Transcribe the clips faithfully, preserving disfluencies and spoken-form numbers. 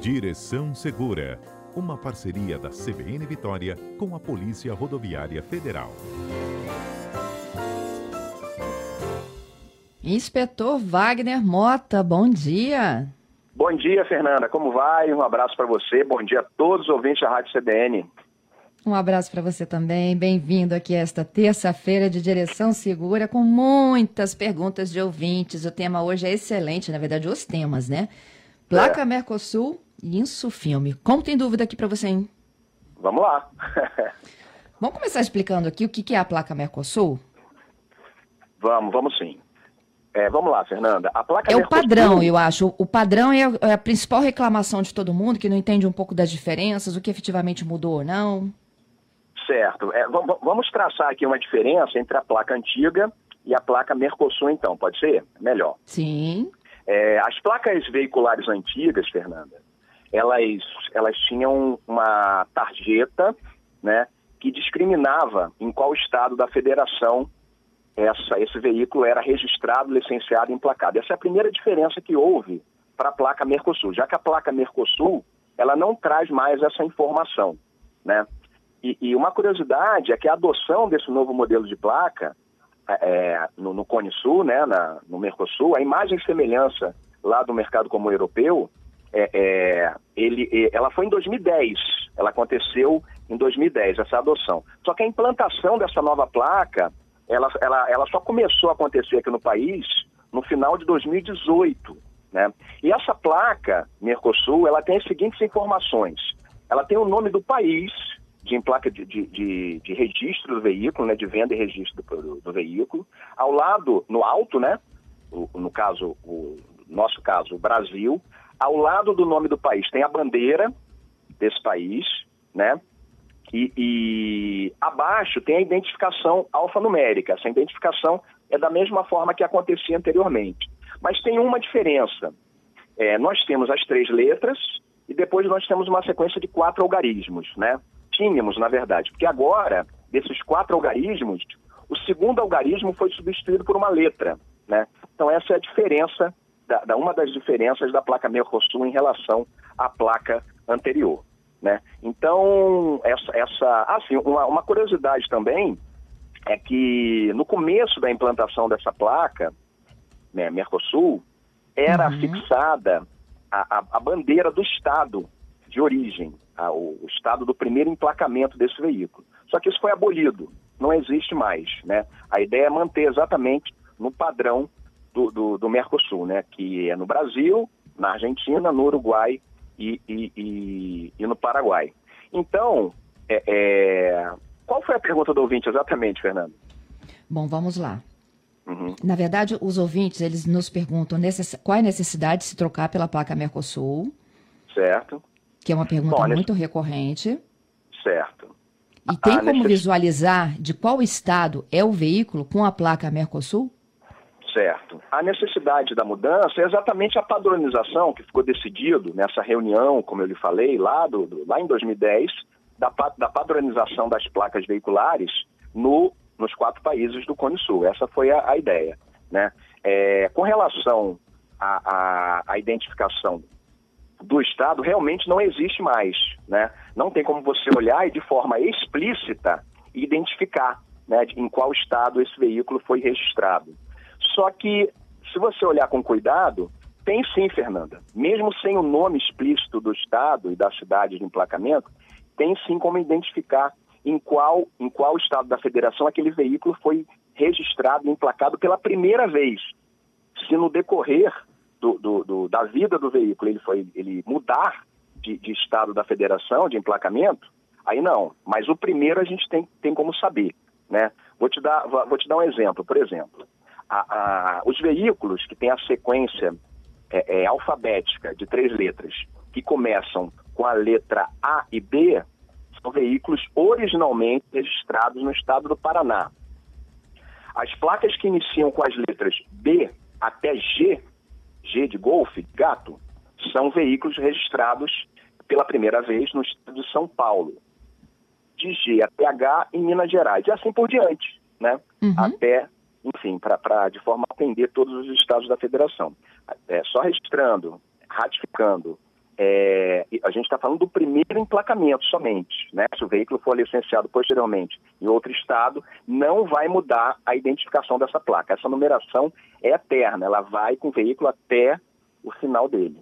Direção Segura, uma parceria da C B N Vitória com a Polícia Rodoviária Federal. Inspetor Wagner Mota, bom dia. Bom dia, Fernanda. Como vai? Um abraço para você. Bom dia a todos os ouvintes da Rádio C B N. Um abraço para você também. Bem-vindo aqui a esta terça-feira de Direção Segura com muitas perguntas de ouvintes. O tema hoje é excelente, na verdade, os temas, né? Placa é. Mercosul e Insufilme. Como tem dúvida aqui para você, hein? Vamos lá. Vamos começar explicando aqui o que é a placa Mercosul? Vamos, vamos sim. É, vamos lá, Fernanda. A placa é Mercosul... o padrão, eu acho. O padrão é a, é a principal reclamação de todo mundo, que não entende um pouco das diferenças, o que efetivamente mudou ou não. Certo. É, vamos traçar aqui uma diferença entre a placa antiga e a placa Mercosul, então. Pode ser? Melhor. Sim. É, as placas veiculares antigas, Fernanda, elas, elas tinham uma tarjeta, né, que discriminava em qual estado da federação essa, esse veículo era registrado, licenciado e emplacado. Essa é a primeira diferença que houve para a placa Mercosul, já que a placa Mercosul ela não traz mais essa informação, né? E, e uma curiosidade é que a adoção desse novo modelo de placa é, no, no Cone Sul, né, na, no Mercosul, a imagem e semelhança lá do mercado comum europeu, é, é, ele, ela foi em dois mil e dez, ela aconteceu em dois mil e dez, essa adoção. Só que a implantação dessa nova placa, ela, ela, ela só começou a acontecer aqui no país no final de dois mil e dezoito, né? E essa placa Mercosul, ela tem as seguintes informações. Ela tem o nome do país de placa de, de, de, de registro do veículo, né, de venda e registro do, do veículo. Ao lado, no alto, né, o, no caso, o nosso caso, o Brasil, ao lado do nome do país tem a bandeira desse país, né, e, e abaixo tem a identificação alfanumérica. Essa identificação é da mesma forma que acontecia anteriormente. Mas tem uma diferença. É, nós temos as três letras e depois nós temos uma sequência de quatro algarismos, né? Tínhamos, na verdade, porque agora, desses quatro algarismos, o segundo algarismo foi substituído por uma letra, né? Então essa é a diferença, da, da, uma das diferenças da placa Mercosul em relação à placa anterior, né? Então, essa, essa assim, uma, uma curiosidade também é que no começo da implantação dessa placa, né, Mercosul, era uhum. fixada a, a, a bandeira do estado de origem, a, o, o estado do primeiro emplacamento desse veículo. Só que isso foi abolido, não existe mais, né? A ideia é manter exatamente no padrão do, do, do Mercosul, né? Que é no Brasil, na Argentina, no Uruguai e, e, e, e no Paraguai. Então, é, é... qual foi a pergunta do ouvinte exatamente, Fernando? Bom, vamos lá. Uhum. Na verdade, os ouvintes, eles nos perguntam necess... qual é a necessidade de se trocar pela placa Mercosul. Certo. Que é uma pergunta Bom, muito nesse... recorrente. Certo. E tem a como necess... visualizar de qual estado é o veículo com a placa Mercosul? Certo. A necessidade da mudança é exatamente a padronização que ficou decidido nessa reunião, como eu lhe falei, lá, do, do, lá em dois mil e dez, da, da padronização das placas veiculares no, nos quatro países do Cone Sul. Essa foi a, a ideia, né? É, com relação à identificação do estado, realmente não existe mais, né? Não tem como você olhar e de forma explícita identificar, né, em qual estado esse veículo foi registrado. Só que, se você olhar com cuidado, tem sim, Fernanda. Mesmo sem o nome explícito do estado e da cidade de emplacamento, tem sim como identificar em qual, em qual estado da federação aquele veículo foi registrado e emplacado pela primeira vez. Se no decorrer do, do, do, da vida do veículo ele, foi, ele mudar de, de estado da federação, de emplacamento, aí não. Mas o primeiro a gente tem, tem como saber, né? Vou te dar, vou te dar um exemplo. Por exemplo, a, a, os veículos que têm a sequência é, é, alfabética de três letras, que começam com a letra A e B, são veículos originalmente registrados no estado do Paraná. As placas que iniciam com as letras B até G, G de golfe, gato, são veículos registrados pela primeira vez no estado de São Paulo. De G até H em Minas Gerais, e assim por diante, né? Uhum. Até, enfim, para de forma a atender todos os estados da federação. É, só registrando, ratificando é, a gente está falando do primeiro emplacamento somente, né? Se o veículo for licenciado posteriormente em outro estado, não vai mudar a identificação dessa placa. Essa numeração é eterna, ela vai com o veículo até o final dele.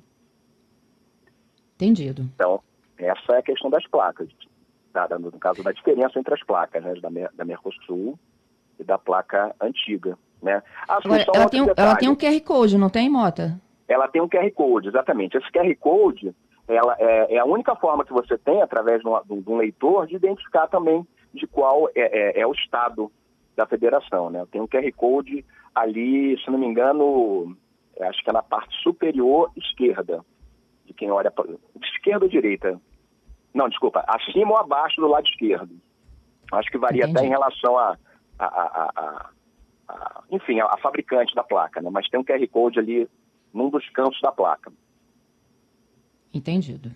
Entendido. Então, essa é a questão das placas, tá? No caso da diferença entre as placas, né? da, da Mercosul e da placa antiga, né? Agora, ela, tem um, ela tem um Q R Code, não tem, Mota? Ela tem um Q R Code, exatamente. Esse Q R Code ela é, é a única forma que você tem, através de um, de um leitor, de identificar também de qual é, é, é o estado da federação, né? Tem um Q R Code ali, se não me engano, acho que é na parte superior esquerda, de quem olha para... Esquerda ou direita? Não, desculpa, acima ou abaixo do lado esquerdo. Acho que varia Entendi. Até em relação a... a, a, a, a enfim, a, a fabricante da placa, né? Mas tem um Q R Code ali num dos cantos da placa. Entendido.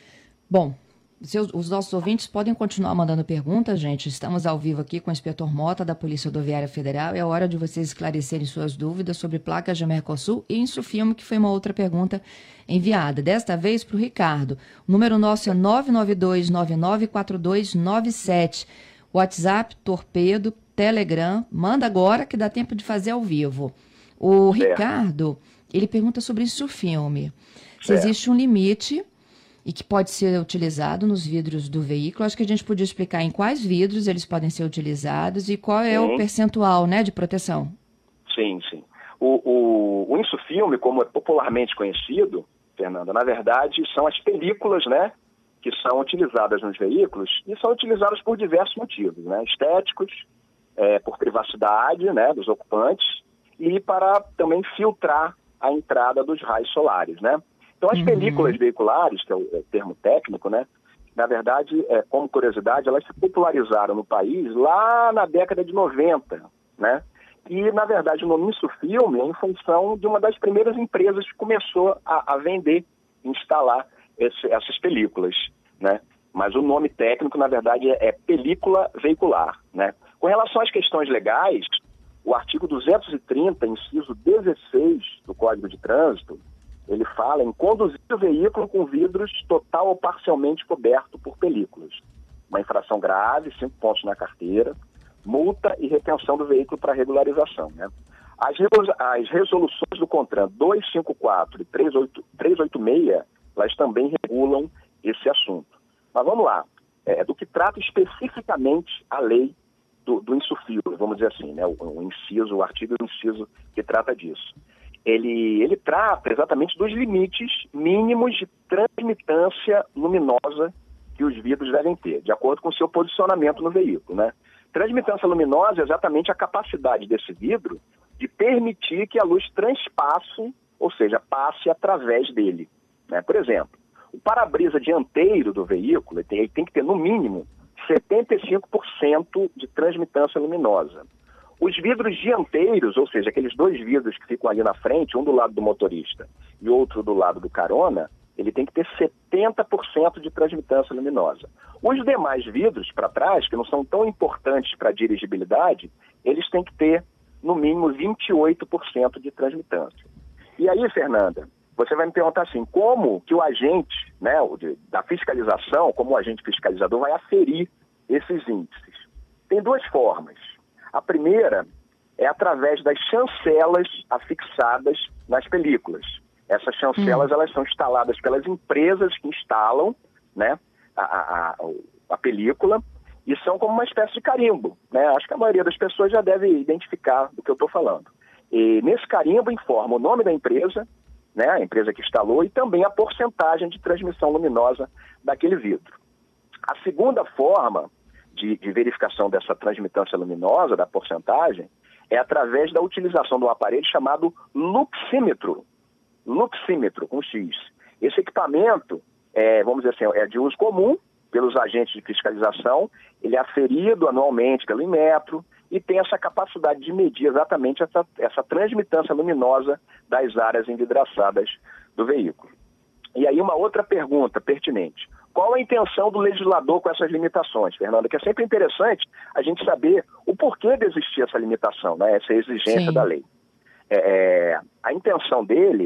Bom, seus, os nossos ouvintes podem continuar mandando perguntas, gente. Estamos ao vivo aqui com o inspetor Mota, da Polícia Rodoviária Federal. É hora de vocês esclarecerem suas dúvidas sobre placas de Mercosul e Insufilme, que foi uma outra pergunta enviada. Desta vez para o Ricardo. O número nosso é nove nove dois nove nove quatro dois nove sete. WhatsApp, Torpedo, Telegram. Manda agora que dá tempo de fazer ao vivo. O certo. Ricardo, ele pergunta sobre Insufilme. Se certo. existe um limite e que pode ser utilizado nos vidros do veículo. Acho que a gente podia explicar em quais vidros eles podem ser utilizados e qual é sim. o percentual, né, de proteção. Sim, sim. O, o, o Insufilme, como é popularmente conhecido, Fernanda, na verdade são as películas, né, que são utilizadas nos veículos e são utilizadas por diversos motivos, né, estéticos, é, por privacidade, né, dos ocupantes e para também filtrar a entrada dos raios solares, né. Então, as uhum. películas veiculares, que é o, é o termo técnico, né, na verdade, é, como curiosidade, elas se popularizaram no país lá na década de noventa, né? E, na verdade, o nome Insufilme é em função de uma das primeiras empresas que começou a, a vender, instalar esse, essas películas, né? Mas o nome técnico, na verdade, é, é película veicular, né? Com relação às questões legais, o artigo duzentos e trinta, inciso dezesseis do Código de Trânsito, ele fala em conduzir o veículo com vidros total ou parcialmente coberto por películas. Uma infração grave, cinco pontos na carteira, multa e retenção do veículo para regularização, né? As, as resoluções do CONTRAN duzentos e cinquenta e quatro e trezentos e oitenta e seis, elas também regulam esse assunto. Mas vamos lá, é, do que trata especificamente a lei do, do Insufilme, vamos dizer assim, né? O, o inciso, o artigo e o inciso que trata disso. Ele, ele trata exatamente dos limites mínimos de transmitância luminosa que os vidros devem ter, de acordo com o seu posicionamento no veículo, né? Transmitância luminosa é exatamente a capacidade desse vidro de permitir que a luz transpasse, ou seja, passe através dele, né? Por exemplo, o para-brisa dianteiro do veículo ele tem, ele tem que ter, no mínimo, setenta e cinco por cento de transmitância luminosa. Os vidros dianteiros, ou seja, aqueles dois vidros que ficam ali na frente, um do lado do motorista e outro do lado do carona, ele tem que ter setenta por cento de transmitância luminosa. Os demais vidros para trás, que não são tão importantes para a dirigibilidade, eles têm que ter, no mínimo, vinte e oito por cento de transmitância. E aí, Fernanda, você vai me perguntar assim, como que o agente, né, o de, da fiscalização, como o agente fiscalizador vai aferir esses índices? Tem duas formas. A primeira é através das chancelas afixadas nas películas. Essas chancelas, hum. elas são instaladas pelas empresas que instalam, né, a, a, a película e são como uma espécie de carimbo, né? Acho que a maioria das pessoas já deve identificar do que eu estou falando. E nesse carimbo informa o nome da empresa, né, a empresa que instalou, e também a porcentagem de transmissão luminosa daquele vidro. A segunda forma De, de verificação dessa transmitância luminosa, da porcentagem, é através da utilização de um aparelho chamado luxímetro. Luxímetro, com X. Esse equipamento, é, vamos dizer assim, é de uso comum pelos agentes de fiscalização, ele é aferido anualmente pelo Inmetro e tem essa capacidade de medir exatamente essa, essa transmitância luminosa das áreas envidraçadas do veículo. E aí uma outra pergunta pertinente. Qual a intenção do legislador com essas limitações, Fernanda? Que é sempre interessante a gente saber o porquê de existir essa limitação, né? Essa exigência Sim. da lei. É, a intenção dele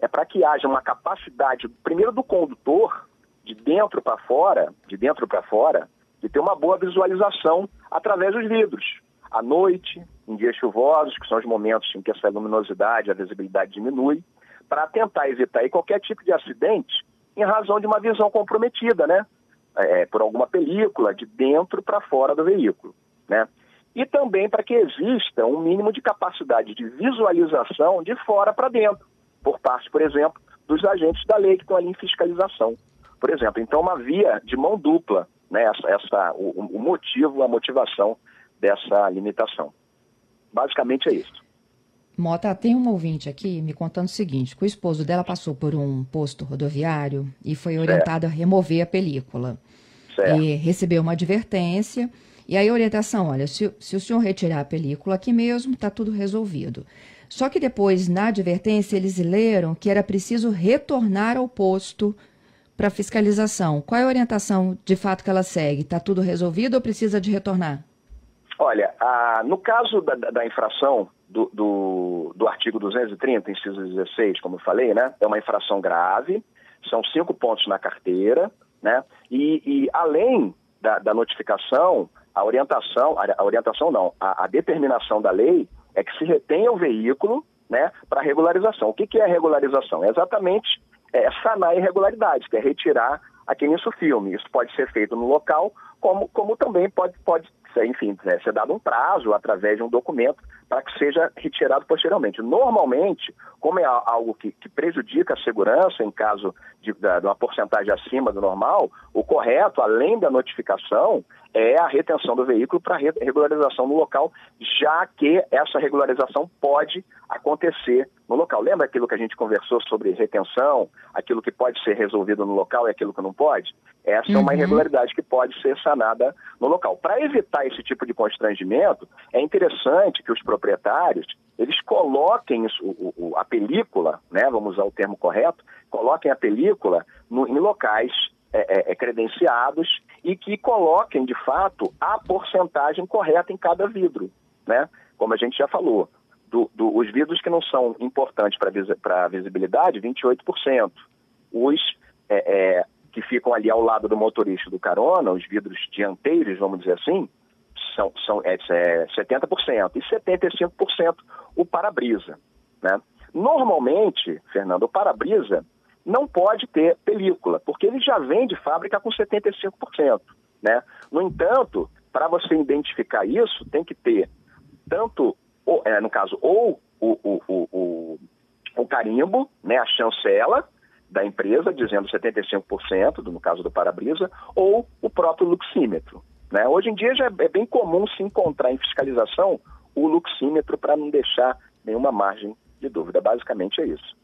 é para que haja uma capacidade, primeiro do condutor, de dentro para fora, de dentro para fora, de ter uma boa visualização através dos vidros. À noite, em dias chuvosos, que são os momentos em que essa luminosidade, a visibilidade diminui, para tentar evitar aí qualquer tipo de acidente em razão de uma visão comprometida, né? É, por alguma película de dentro para fora do veículo, né? E também para que exista um mínimo de capacidade de visualização de fora para dentro, por parte, por exemplo, dos agentes da lei que estão ali em fiscalização, por exemplo. Então, uma via de mão dupla, né? Essa, essa, o, o motivo, a motivação dessa limitação. Basicamente é isso. Mota, tem um ouvinte aqui me contando o seguinte, que o esposo dela passou por um posto rodoviário e foi orientado certo. a remover a película. Certo. E recebeu uma advertência, e aí a orientação, olha, se, se o senhor retirar a película aqui mesmo, está tudo resolvido. Só que depois, na advertência, eles leram que era preciso retornar ao posto para fiscalização. Qual é a orientação de fato que ela segue? Está tudo resolvido ou precisa de retornar? Olha, a, no caso da, da infração do, do, do artigo duzentos e trinta, inciso dezesseis, como eu falei, né? É uma infração grave, são cinco pontos na carteira, né? E, e além da, da notificação, a orientação, a, a orientação não, a, a determinação da lei é que se retenha o veículo, né, para regularização. O que, que é regularização? É exatamente é, sanar a irregularidade, que é retirar aquele insufilme. Isso pode ser feito no local, como, como também pode, pode ser, enfim, é, ser dado um prazo através de um documento para que seja retirado posteriormente. Normalmente, como é algo que, que prejudica a segurança em caso de, de uma porcentagem acima do normal, o correto, além da notificação, é a retenção do veículo para regularização no local, já que essa regularização pode acontecer no local. Lembra aquilo que a gente conversou sobre retenção, aquilo que pode ser resolvido no local e aquilo que não pode? Essa uhum. é uma irregularidade que pode ser sanada no local. Para evitar esse tipo de constrangimento, é interessante que os proprietários, eles coloquem isso, o, o, a película, né, vamos usar o termo correto, coloquem a película no, em locais é, é, credenciados e que coloquem, de fato, a porcentagem correta em cada vidro, né? Como a gente já falou, do, do, os vidros que não são importantes para a visibilidade, vinte e oito por cento. Os é, é, que ficam ali ao lado do motorista do carona, os vidros dianteiros, vamos dizer assim, são, são é, é, setenta por cento e setenta e cinco por cento o para-brisa, né? Normalmente, Fernando, o para-brisa não pode ter película, porque ele já vem de fábrica com setenta e cinco por cento, né? No entanto, para você identificar isso, tem que ter tanto, ou, é, no caso, ou o, o, o, o, o carimbo, né, a chancela da empresa, dizendo setenta e cinco por cento, no caso do para-brisa, ou o próprio luxímetro, né? Hoje em dia já é bem comum se encontrar em fiscalização o luxímetro para não deixar nenhuma margem de dúvida. Basicamente é isso.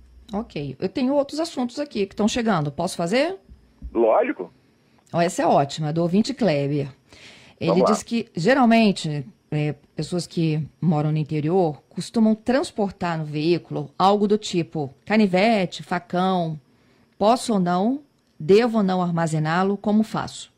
Ok. Eu tenho outros assuntos aqui que estão chegando. Posso fazer? Lógico. Oh, essa é ótima, do ouvinte Kleber. Ele diz que, geralmente, é, pessoas que moram no interior costumam transportar no veículo algo do tipo canivete, facão. Posso ou não? Devo ou não armazená-lo? Como faço?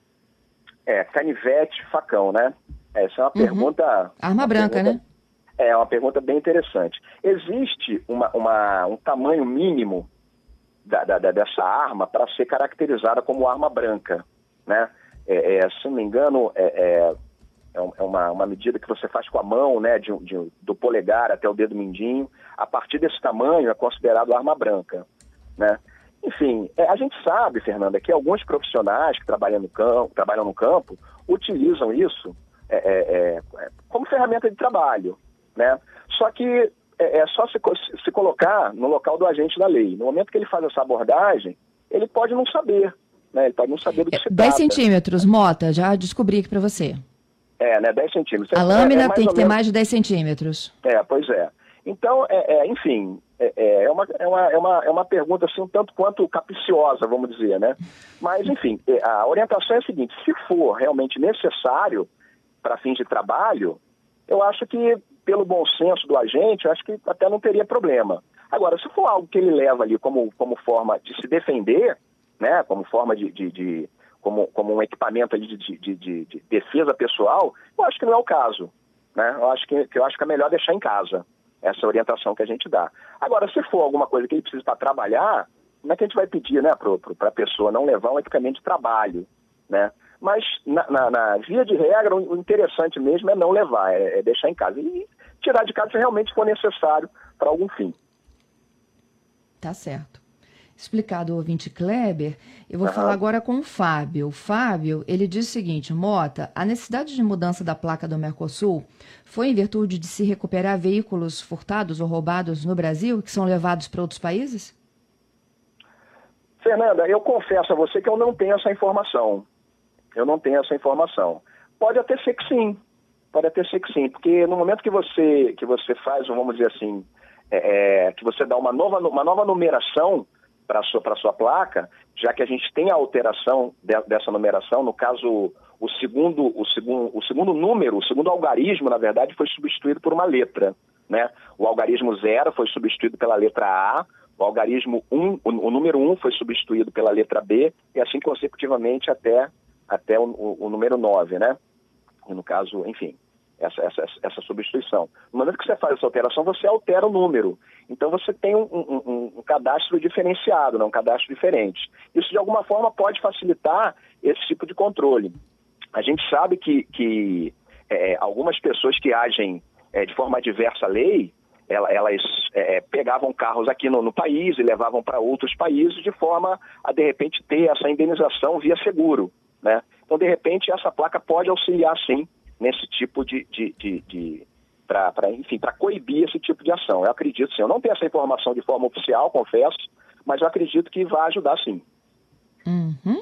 É, canivete, facão, né? Essa é uma uhum. pergunta... Arma uma branca, pergunta... né? É uma pergunta bem interessante. Existe uma, uma, um tamanho mínimo da, da, dessa arma para ser caracterizada como arma branca, né? É, é, se não me engano, é, é, é uma, uma medida que você faz com a mão, né? De, de, do polegar até o dedo mindinho. A partir desse tamanho é considerado arma branca, né? Enfim, é, a gente sabe, Fernanda, que alguns profissionais que trabalham no campo, trabalham no campo utilizam isso é, é, é, como ferramenta de trabalho, né? Só que é, é só se, se colocar no local do agente da lei. No momento que ele faz essa abordagem, ele pode não saber, né? Ele pode não saber do que se dez trata. centímetros, Mota, já descobri aqui para você. É, né? dez centímetros. A lâmina é, é tem que ter menos... mais de dez centímetros. É, pois é. Então, é, é, enfim, é, é, uma, é, uma, é, uma, é uma pergunta assim, um tanto quanto capciosa, vamos dizer, né? Mas, enfim, a orientação é a seguinte: se for realmente necessário para fins de trabalho, eu acho que, pelo bom senso do agente, eu acho que até não teria problema. Agora, se for algo que ele leva ali como, como forma de se defender, né, como forma de, de, de como, como um equipamento ali de, de, de, de defesa pessoal, eu acho que não é o caso, né? Eu acho que, que eu acho que é melhor deixar em casa, Essa é a orientação que a gente dá. Agora, se for alguma coisa que ele precisa para trabalhar, como é que a gente vai pedir, né, para a pessoa não levar um equipamento de trabalho, né? Mas, na, na, na via de regra, o interessante mesmo é não levar, é, é deixar em casa. E tirar de casa se realmente for necessário para algum fim. Tá certo. Explicado o ouvinte Kleber, eu vou Uhum. falar agora com o Fábio. O Fábio, ele diz o seguinte: Mota, a necessidade de mudança da placa do Mercosul foi em virtude de se recuperar veículos furtados ou roubados no Brasil que são levados para outros países? Fernanda, eu confesso a você que eu não tenho essa informação. Eu não tenho essa informação. Pode até ser que sim. Pode até ser que sim, porque no momento que você, que você faz, vamos dizer assim, é, que você dá uma nova, uma nova numeração para a sua, para a sua placa, já que a gente tem a alteração de, dessa numeração, no caso, o segundo, o, segundo, o segundo número, o segundo algarismo, na verdade, foi substituído por uma letra, né? O algarismo zero foi substituído pela letra A, o algarismo um, o, o número um foi substituído pela letra B, e assim consecutivamente até, até o, o, o número nove, né? E no caso, enfim, essa, essa, essa substituição. No momento que você faz essa alteração, você altera o número. Então você tem um, um, um cadastro diferenciado, né? Um cadastro diferente. Isso, de alguma forma, pode facilitar esse tipo de controle. A gente sabe que, que é, algumas pessoas que agem é, de forma adversa à lei, elas, elas é, pegavam carros aqui no, no país e levavam para outros países de forma a, de repente, ter essa indenização via seguro, né? Então, de repente, essa placa pode auxiliar, sim, nesse tipo de... de, de, de para, enfim, para coibir esse tipo de ação. Eu acredito, sim. Eu não tenho essa informação de forma oficial, confesso, mas eu acredito que vai ajudar, sim. Uhum.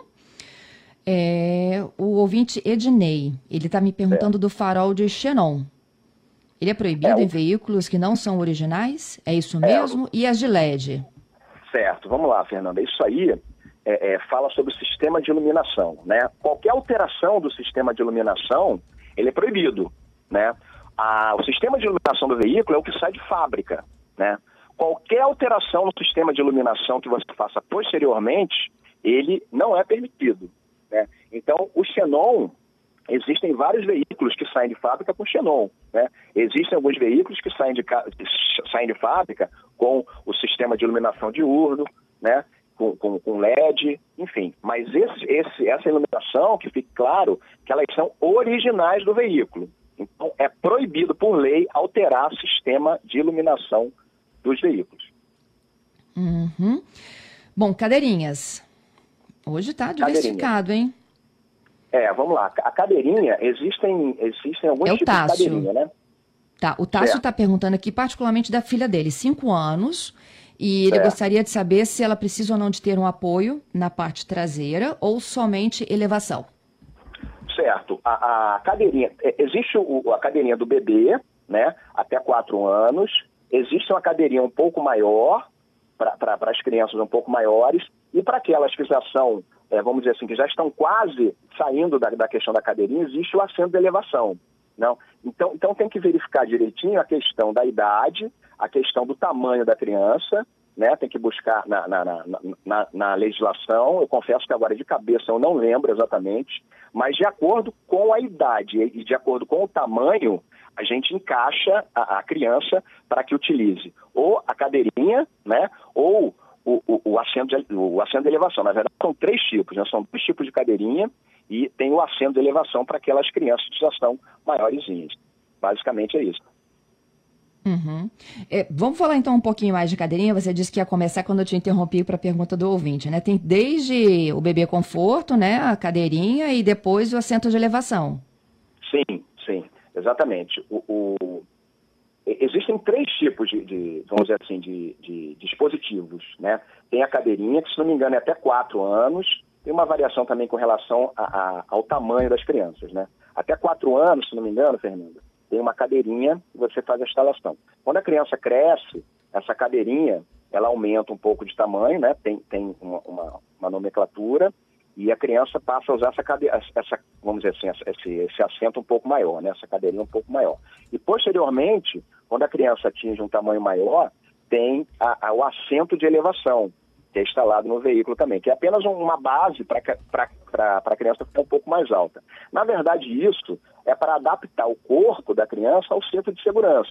É, o ouvinte Ednei, ele está me perguntando é. do farol de xenon. Ele é proibido é, o... em veículos que não são originais? É isso mesmo? É, o... E as de L E D? Certo. Vamos lá, Fernanda. Isso aí é, é, fala sobre o sistema de iluminação, né? Qualquer alteração do sistema de iluminação, ele é proibido, né? A, o sistema de iluminação do veículo é o que sai de fábrica, né? Qualquer alteração no sistema de iluminação que você faça posteriormente, ele não é permitido, né? Então, o xenon, existem vários veículos que saem de fábrica com xenon, né? Existem alguns veículos que saem de, que saem de fábrica com o sistema de iluminação diurno, né? Com, com, com L E D, enfim. Mas esse, esse, essa iluminação, que fique claro, que elas são originais do veículo. Então, é proibido por lei alterar o sistema de iluminação dos veículos. Uhum. Bom, cadeirinhas. Hoje está diversificado, hein? É, vamos lá. A cadeirinha, existem, existem alguns é tipos Tássio. de cadeirinha, né? Tá, o Tássio está perguntando aqui particularmente da filha dele, cinco anos, e ele certo. gostaria de saber se ela precisa ou não de ter um apoio na parte traseira ou somente elevação. Certo. A, a cadeirinha, existe o, a cadeirinha do bebê, né, até quatro anos, existe uma cadeirinha um pouco maior, para as crianças um pouco maiores, e para aquelas que já são, é, vamos dizer assim, que já estão quase saindo da, da questão da cadeirinha, existe o assento de elevação. Não? Então, então tem que verificar direitinho a questão da idade, a questão do tamanho da criança, né? Tem que buscar na, na, na, na, na legislação. Eu confesso que agora de cabeça eu não lembro exatamente, mas de acordo com a idade e de acordo com o tamanho, a gente encaixa a, a criança para que utilize ou a cadeirinha, né? Ou o, o, o, assento de, o assento de elevação. Na verdade, são três tipos, né? São dois tipos de cadeirinha e tem o assento de elevação para aquelas crianças que já são maiorzinhas. Basicamente é isso. Uhum. É, vamos falar então um pouquinho mais de cadeirinha. Você disse que ia começar quando eu te interrompi para a pergunta do ouvinte, né? Tem desde o bebê conforto, né, a cadeirinha e depois o assento de elevação. Sim, sim, exatamente. O, o... Existem três tipos de, de vamos dizer assim, de, de dispositivos, né? Tem a cadeirinha, que se não me engano é até quatro anos, tem uma variação também com relação a, a, ao tamanho das crianças, né? Até quatro anos, se não me engano, Fernanda, tem uma cadeirinha e você faz a instalação. Quando a criança cresce, essa cadeirinha, ela aumenta um pouco de tamanho, né? Tem, tem uma, uma, uma nomenclatura e a criança passa a usar essa, cade... essa vamos dizer assim, esse, esse assento um pouco maior, né? Essa cadeirinha um pouco maior. E posteriormente, quando a criança atinge um tamanho maior, tem a, a, o assento de elevação, que é instalado no veículo também, que é apenas uma base para a criança ficar um pouco mais alta. Na verdade, isso é para adaptar o corpo da criança ao cinto de segurança,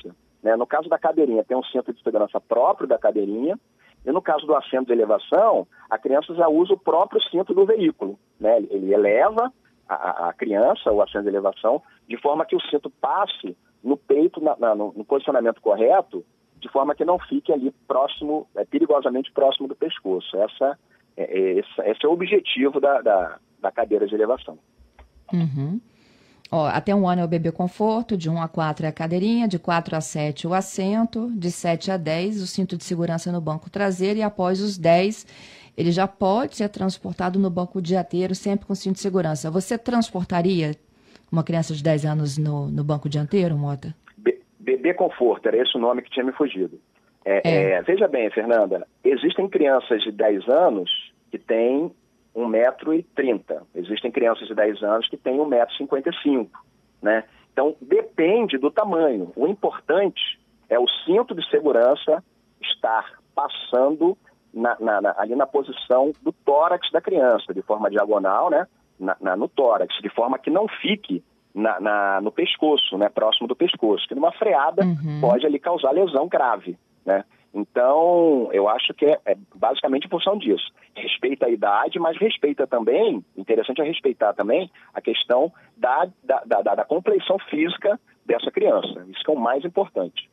né? No caso da cadeirinha, tem um cinto de segurança próprio da cadeirinha, e no caso do assento de elevação, a criança já usa o próprio cinto do veículo, né? Ele eleva a, a criança, o assento de elevação, de forma que o cinto passe no peito, na, na, no, no posicionamento correto, de forma que não fique ali próximo, é, perigosamente próximo do pescoço. Essa, é, é, esse, esse é o objetivo da, da, da cadeira de elevação. Uhum. Ó, até um ano é o bebê conforto, de um a quatro é a cadeirinha, de quatro a sete o assento, de sete a dez o cinto de segurança no banco traseiro, e após os dez ele já pode ser transportado no banco dianteiro, sempre com cinto de segurança. Você transportaria uma criança de dez anos no, no banco dianteiro, Mota? Be- bebê conforto, era esse o nome que tinha me fugido. É, É. É, veja bem, Fernanda, existem crianças de dez anos que têm um metro e trinta. Existem crianças de dez anos que têm um metro e cinquenta e cinco, né? Então, depende do tamanho. O importante é o cinto de segurança estar passando na, na, na, ali na posição do tórax da criança, de forma diagonal, né? Na, na, no tórax, de forma que não fique na, na, no pescoço, né? Próximo do pescoço, que numa freada Uhum. pode ali causar lesão grave, né? Então, eu acho que é, é basicamente em função disso. Respeita a idade, mas respeita também, interessante é respeitar também a questão da, da, da, da compleição física dessa criança. Isso que é o mais importante.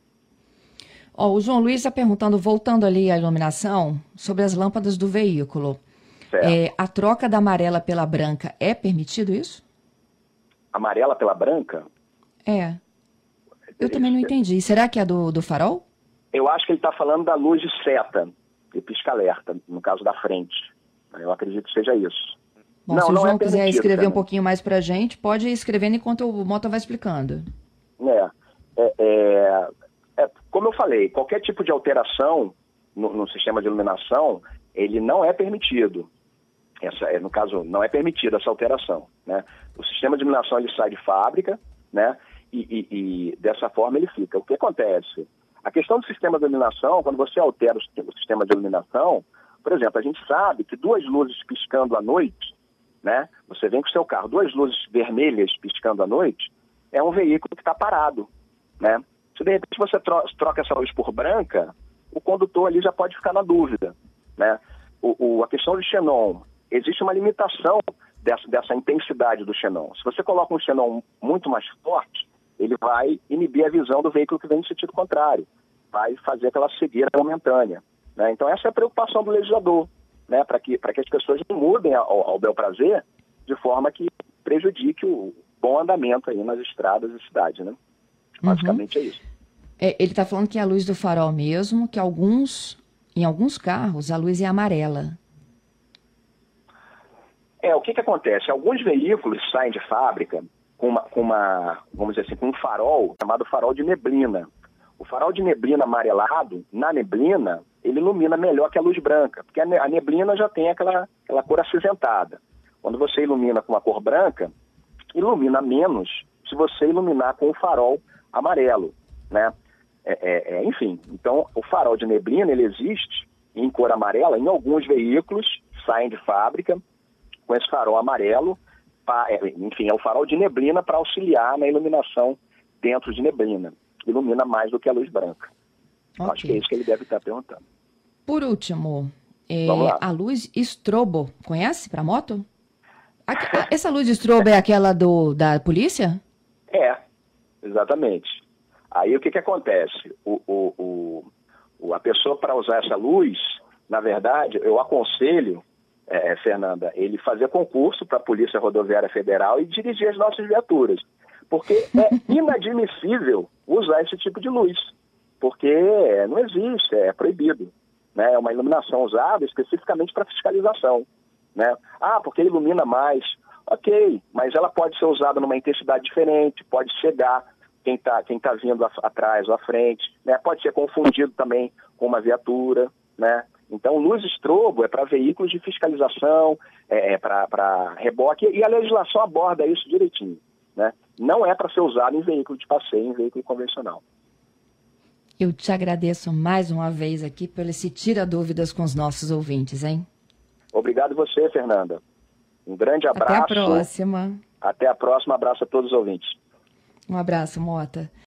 Ó, o João Luiz está perguntando, voltando ali à iluminação, sobre as lâmpadas do veículo. Certo. É, a troca da amarela pela branca, é permitido isso? Amarela pela branca? É. Eu também não entendi. Será que é do, do farol? Eu acho que ele está falando da luz de seta, de pisca-alerta, no caso da frente. Eu acredito que seja isso. Bom, não, se o não João é quiser permitido, escrever um Fernanda. pouquinho mais para a gente, pode ir escrevendo enquanto o Mota vai explicando. É, é, é, é, como eu falei, qualquer tipo de alteração no, no sistema de iluminação, ele não é permitido. Essa, é, no caso, não é permitida essa alteração, né? O sistema de iluminação ele sai de fábrica, né? E, e, e dessa forma ele fica. O que acontece? A questão do sistema de iluminação, quando você altera o sistema de iluminação, por exemplo, a gente sabe que duas luzes piscando à noite, né? Você vem com o seu carro, duas luzes vermelhas piscando à noite, é um veículo que está parado, né? Se de repente você tro- troca essa luz por branca, o condutor ali já pode ficar na dúvida, né? O, o, a questão do xenon, existe uma limitação dessa, dessa intensidade do xenon. Se você coloca um xenon muito mais forte, ele vai inibir a visão do veículo que vem no sentido contrário, vai fazer aquela cegueira momentânea, né? Então essa é a preocupação do legislador, né? Para que, para que as pessoas não mudem ao, ao bel prazer de forma que prejudique o bom andamento aí nas estradas da cidade, né? Basicamente Uhum. é isso. É, ele está falando que é a luz do farol mesmo, que alguns, em alguns carros a luz é amarela. É, o que que acontece? Alguns veículos saem de fábrica com uma, com uma, vamos dizer assim, com um farol chamado farol de neblina. O farol de neblina amarelado, na neblina, ele ilumina melhor que a luz branca, porque a, ne- a neblina já tem aquela, aquela cor acinzentada. Quando você ilumina com a cor branca, ilumina menos se você iluminar com o farol amarelo, né? É, é, é, enfim, então o farol de neblina, ele existe em cor amarela em alguns veículos, saem de fábrica com esse farol amarelo, pa, é, enfim, é o farol de neblina para auxiliar na iluminação dentro de neblina. Ilumina mais do que a luz branca. Ok. Acho que é isso que ele deve estar perguntando. Por último, é, Vamos lá. a luz estrobo, conhece para moto? Aqui- a- essa luz estrobo é aquela do, da polícia? É, exatamente. Aí o que que acontece? O, o, o, o- a pessoa, para usar essa luz, na verdade, eu aconselho, é, Fernanda, ele fazer concurso para a Polícia Rodoviária Federal e dirigir as nossas viaturas. Porque é inadmissível usar esse tipo de luz. Porque não existe, é proibido. Né? É uma iluminação usada especificamente para fiscalização. Né? Ah, porque ilumina mais. Ok, mas ela pode ser usada numa intensidade diferente, pode chegar quem está quem tá vindo a, atrás ou à frente, né? Pode ser confundido também com uma viatura, né? Então, luz estrobo é para veículos de fiscalização, é, é para reboque, e a legislação aborda isso direitinho, né? Não é para ser usado em veículo de passeio, em veículo convencional. Eu te agradeço mais uma vez aqui por esse tira dúvidas com os nossos ouvintes, hein? Obrigado você, Fernanda. Um grande abraço. Até a próxima. Até a próxima. Abraço a todos os ouvintes. Um abraço, Mota.